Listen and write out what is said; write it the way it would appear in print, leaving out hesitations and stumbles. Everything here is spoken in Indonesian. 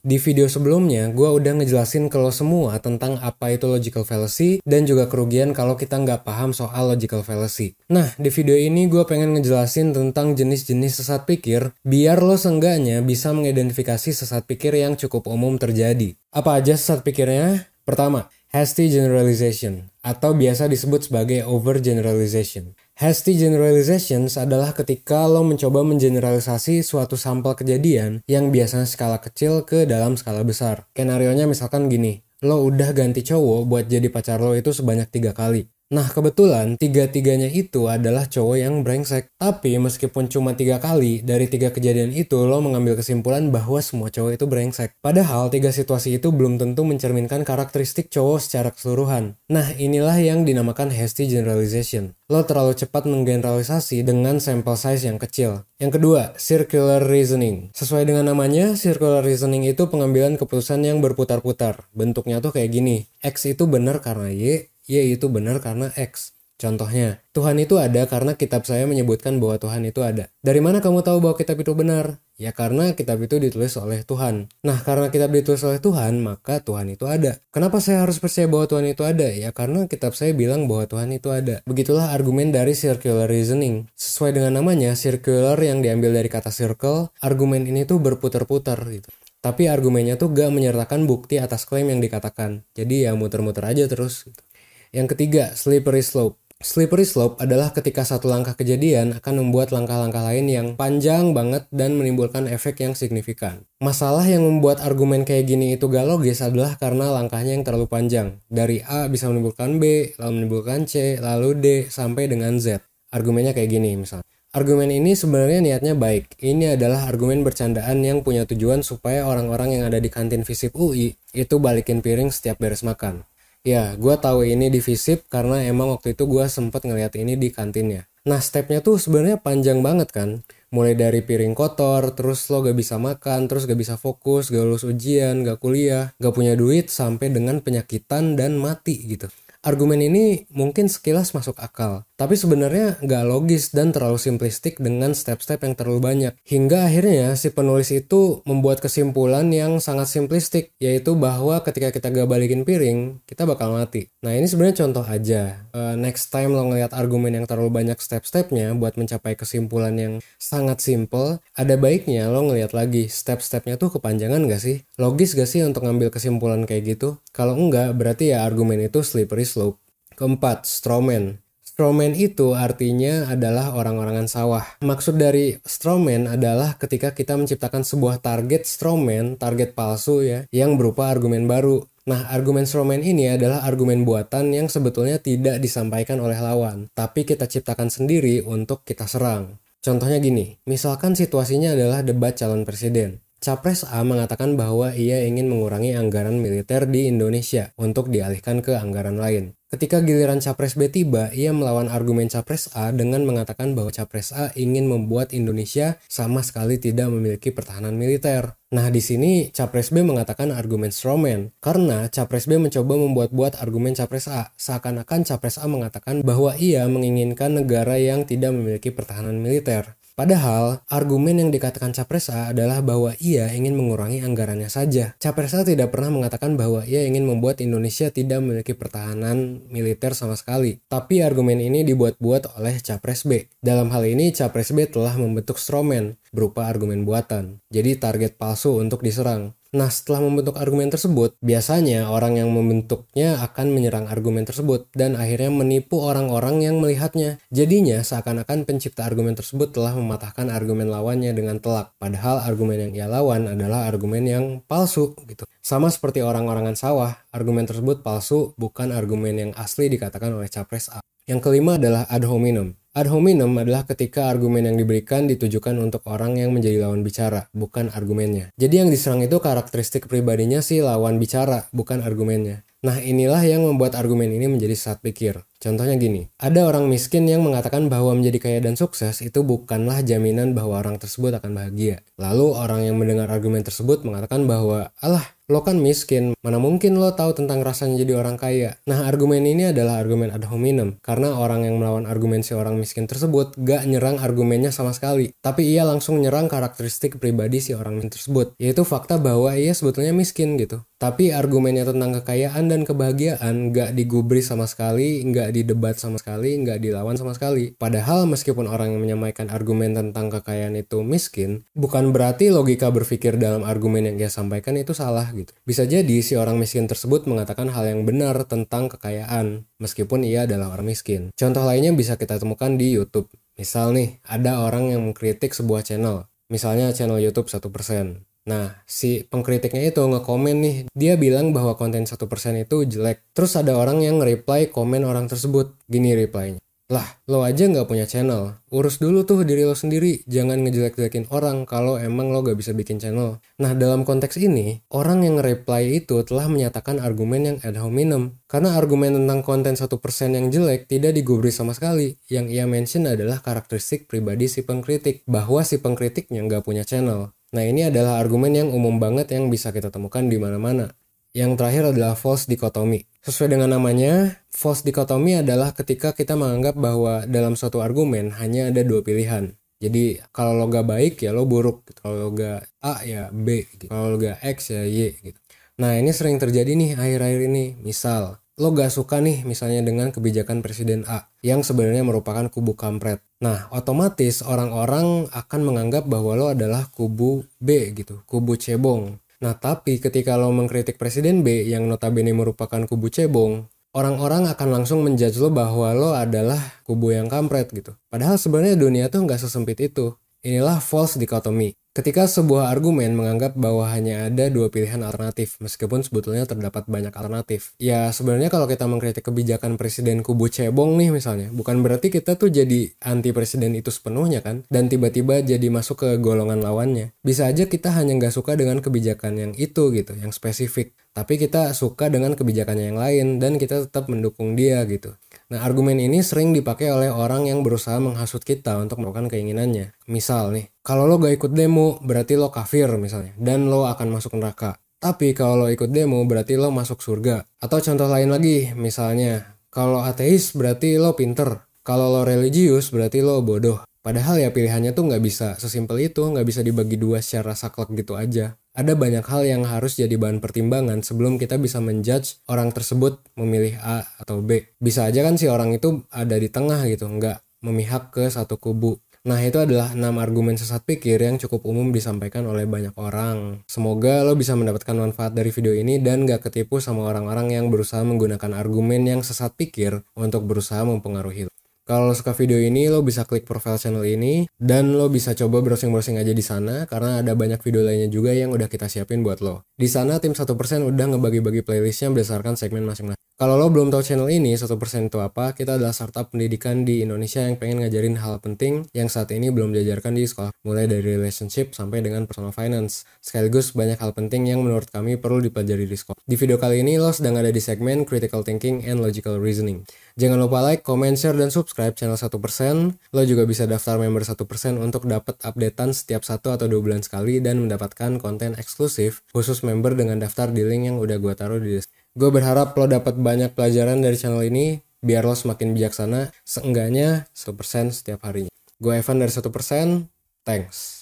Di video sebelumnya, gue udah ngejelasin ke lo semua tentang apa itu logical fallacy dan juga kerugian kalau kita nggak paham soal logical fallacy. Nah, di video ini gue pengen ngejelasin tentang jenis-jenis sesat pikir biar lo seenggaknya bisa mengidentifikasi sesat pikir yang cukup umum terjadi. Apa aja sesat pikirnya? Pertama, hasty generalization atau biasa disebut sebagai overgeneralization. Hasty generalizations adalah ketika lo mencoba mengeneralisasi suatu sampel kejadian yang biasanya skala kecil ke dalam skala besar. Skenarionya misalkan gini, lo udah ganti cowok buat jadi pacar lo itu sebanyak 3 kali. Nah kebetulan 3-tiganya itu adalah cowok yang brengsek. Tapi meskipun cuma 3 kali, dari 3 kejadian itu lo mengambil kesimpulan bahwa semua cowok itu brengsek. Padahal 3 situasi itu belum tentu mencerminkan karakteristik cowok secara keseluruhan. Nah inilah yang dinamakan hasty generalization. Lo terlalu cepat menggeneralisasi dengan sample size yang kecil. Yang kedua, circular reasoning. Sesuai dengan namanya, circular reasoning itu pengambilan keputusan yang berputar-putar. Bentuknya tuh kayak gini. X itu benar karena Y itu benar karena X. Contohnya, Tuhan itu ada karena kitab saya menyebutkan bahwa Tuhan itu ada. Dari mana kamu tahu bahwa kitab itu benar? Ya karena kitab itu ditulis oleh Tuhan. Nah karena kitab ditulis oleh Tuhan, maka Tuhan itu ada. Kenapa saya harus percaya bahwa Tuhan itu ada? Ya karena kitab saya bilang bahwa Tuhan itu ada. Begitulah argumen dari circular reasoning. Sesuai dengan namanya, circular yang diambil dari kata circle, argumen ini tuh berputar-putar gitu. Tapi argumennya tuh gak menyertakan bukti atas klaim yang dikatakan. Jadi ya muter-muter aja terus gitu. Yang ketiga, slippery slope. Slippery slope adalah ketika satu langkah kejadian akan membuat langkah-langkah lain yang panjang banget dan menimbulkan efek yang signifikan. Masalah yang membuat argumen kayak gini itu gak logis adalah karena langkahnya yang terlalu panjang. Dari A bisa menimbulkan B, lalu menimbulkan C, lalu D, sampai dengan Z. Argumennya kayak gini misalnya. Argumen ini sebenarnya niatnya baik. Ini adalah argumen bercandaan yang punya tujuan supaya orang-orang yang ada di kantin FISIP UI itu balikin piring setiap beres makan. Ya, gue tahu ini di FISIP karena emang waktu itu gue sempet ngeliat ini di kantinnya. Nah, stepnya tuh sebenarnya panjang banget kan. Mulai dari piring kotor, terus lo gak bisa makan, terus gak bisa fokus, gak lulus ujian, gak kuliah, gak punya duit, sampai dengan penyakitan dan mati gitu. Argumen ini mungkin sekilas masuk akal, tapi sebenarnya nggak logis dan terlalu simplistik dengan step-step yang terlalu banyak. Hingga akhirnya si penulis itu membuat kesimpulan yang sangat simplistik, yaitu bahwa ketika kita gak balikin piring, kita bakal mati. Nah ini sebenarnya contoh aja. Next time lo ngeliat argumen yang terlalu banyak step-stepnya buat mencapai kesimpulan yang sangat simple, ada baiknya lo ngeliat lagi step-stepnya tuh kepanjangan gak sih? Logis gak sih untuk ngambil kesimpulan kayak gitu? Kalau enggak, berarti ya argumen itu slippery slope. Keempat, strawman. Strawman itu artinya adalah orang-orangan sawah. Maksud dari strawman adalah ketika kita menciptakan sebuah target strawman, target palsu ya, yang berupa argumen baru. Nah, argumen strawman ini adalah argumen buatan yang sebetulnya tidak disampaikan oleh lawan, tapi kita ciptakan sendiri untuk kita serang. Contohnya gini, misalkan situasinya adalah debat calon presiden. Capres A mengatakan bahwa ia ingin mengurangi anggaran militer di Indonesia untuk dialihkan ke anggaran lain. Ketika giliran Capres B tiba, ia melawan argumen Capres A dengan mengatakan bahwa Capres A ingin membuat Indonesia sama sekali tidak memiliki pertahanan militer. Nah, di sini Capres B mengatakan argumen strawman karena Capres B mencoba membuat-buat argumen Capres A. Seakan-akan Capres A mengatakan bahwa ia menginginkan negara yang tidak memiliki pertahanan militer. Padahal, argumen yang dikatakan Capres A adalah bahwa ia ingin mengurangi anggarannya saja. Capres A tidak pernah mengatakan bahwa ia ingin membuat Indonesia tidak memiliki pertahanan militer sama sekali. Tapi argumen ini dibuat-buat oleh Capres B. Dalam hal ini, Capres B telah membentuk strawman berupa argumen buatan. Jadi target palsu untuk diserang. Nah, setelah membentuk argumen tersebut, biasanya orang yang membentuknya akan menyerang argumen tersebut dan akhirnya menipu orang-orang yang melihatnya. Jadinya, seakan-akan pencipta argumen tersebut telah mematahkan argumen lawannya dengan telak. Padahal argumen yang ia lawan adalah argumen yang palsu gitu. Sama seperti orang-orangan sawah, argumen tersebut palsu, bukan argumen yang asli dikatakan oleh Capres A. Yang kelima adalah ad hominem. Ad hominem adalah ketika argumen yang diberikan ditujukan untuk orang yang menjadi lawan bicara, bukan argumennya. Jadi yang diserang itu karakteristik pribadinya si lawan bicara, bukan argumennya. Nah inilah yang membuat argumen ini menjadi sesat pikir. Contohnya gini, ada orang miskin yang mengatakan bahwa menjadi kaya dan sukses itu bukanlah jaminan bahwa orang tersebut akan bahagia. Lalu orang yang mendengar argumen tersebut mengatakan bahwa, alah, lo kan miskin, mana mungkin lo tahu tentang rasanya jadi orang kaya. Nah argumen ini adalah argumen ad hominem, karena orang yang melawan argumen si orang miskin tersebut gak nyerang argumennya sama sekali, tapi ia langsung nyerang karakteristik pribadi si orang miskin tersebut, yaitu fakta bahwa ia sebetulnya miskin gitu. Tapi argumennya tentang kekayaan dan kebahagiaan gak digubris sama sekali, gak didebat sama sekali, gak dilawan sama sekali. Padahal meskipun orang yang menyampaikan argumen tentang kekayaan itu miskin, bukan berarti logika berpikir dalam argumen yang dia sampaikan itu salah gitu. Bisa jadi si orang miskin tersebut mengatakan hal yang benar tentang kekayaan, meskipun ia adalah orang miskin. Contoh lainnya bisa kita temukan di YouTube. Misal nih, ada orang yang mengkritik sebuah channel, misalnya channel YouTube 1%. Nah, si pengkritiknya itu ngekomen nih, dia bilang bahwa konten 1% itu jelek. Terus ada orang yang nge-reply komen orang tersebut. Gini reply-nya, lah, lo aja nggak punya channel. Urus dulu tuh diri lo sendiri. Jangan ngejelek-jelekin orang kalau emang lo gak bisa bikin channel. Nah, dalam konteks ini, orang yang nge-reply itu telah menyatakan argumen yang ad hominem. Karena argumen tentang konten 1% yang jelek tidak digubris sama sekali. Yang ia mention adalah karakteristik pribadi si pengkritik, bahwa si pengkritiknya nggak punya channel. Nah, ini adalah argumen yang umum banget yang bisa kita temukan di mana-mana. Yang terakhir adalah false dichotomy. Sesuai dengan namanya, false dichotomy adalah ketika kita menganggap bahwa dalam suatu argumen hanya ada dua pilihan. Jadi kalau lo gak baik ya lo buruk, gitu. Kalau lo gak A ya B, gitu. Kalau lo gak X ya Y gitu. Nah ini sering terjadi nih akhir-akhir ini. Misal, lo gak suka nih misalnya dengan kebijakan Presiden A yang sebenarnya merupakan kubu kampret. Nah otomatis orang-orang akan menganggap bahwa lo adalah kubu B gitu, kubu cebong. Nah tapi ketika lo mengkritik Presiden B yang notabene merupakan kubu cebong, orang-orang akan langsung menjudge lo bahwa lo adalah kubu yang kampret gitu. Padahal sebenarnya dunia tuh nggak sesempit itu. Inilah false dichotomy. Ketika sebuah argumen menganggap bahwa hanya ada dua pilihan alternatif, meskipun sebetulnya terdapat banyak alternatif. Ya sebenarnya kalau kita mengkritik kebijakan presiden kubu cebong nih misalnya, bukan berarti kita tuh jadi anti presiden itu sepenuhnya kan, dan tiba-tiba jadi masuk ke golongan lawannya. Bisa aja kita hanya nggak suka dengan kebijakan yang itu gitu, yang spesifik. Tapi kita suka dengan kebijakannya yang lain, dan kita tetap mendukung dia gitu. Nah argumen ini sering dipakai oleh orang yang berusaha menghasut kita untuk melakukan keinginannya. Misal nih, kalau lo gak ikut demo berarti lo kafir misalnya, dan lo akan masuk neraka. Tapi kalau lo ikut demo berarti lo masuk surga. Atau contoh lain lagi, misalnya, kalau ateis berarti lo pinter, kalau lo religius berarti lo bodoh. Padahal ya pilihannya tuh gak bisa sesimpel itu, gak bisa dibagi dua secara saklek gitu aja. Ada banyak hal yang harus jadi bahan pertimbangan sebelum kita bisa menjudge orang tersebut memilih A atau B. Bisa aja kan si orang itu ada di tengah gitu, nggak memihak ke satu kubu. Nah itu adalah 6 argumen sesat pikir yang cukup umum disampaikan oleh banyak orang. Semoga lo bisa mendapatkan manfaat dari video ini dan gak ketipu sama orang-orang yang berusaha menggunakan argumen yang sesat pikir untuk berusaha mempengaruhi lo. Kalau lo suka video ini, lo bisa klik profile channel ini dan lo bisa coba browsing-browsing aja di sana karena ada banyak video lainnya juga yang udah kita siapin buat lo. Di sana tim 1% udah ngebagi-bagi playlistnya berdasarkan segmen masing-masing. Kalau lo belum tahu channel ini, 1% itu apa? Kita adalah startup pendidikan di Indonesia yang pengen ngajarin hal penting yang saat ini belum diajarkan di sekolah. Mulai dari relationship sampai dengan personal finance. Sekaligus banyak hal penting yang menurut kami perlu dipelajari di sekolah. Di video kali ini lo sedang ada di segmen Critical Thinking and Logical Reasoning. Jangan lupa like, comment, share, dan subscribe channel 1%. Lo juga bisa daftar member 1% untuk dapat updatean setiap 1 atau 2 bulan sekali dan mendapatkan konten eksklusif khusus member dengan daftar di link yang udah gue taruh di deskripsi. Gue berharap lo dapat banyak pelajaran dari channel ini biar lo semakin bijaksana, seenggaknya 1% setiap harinya. Gue Evan dari 1%, thanks.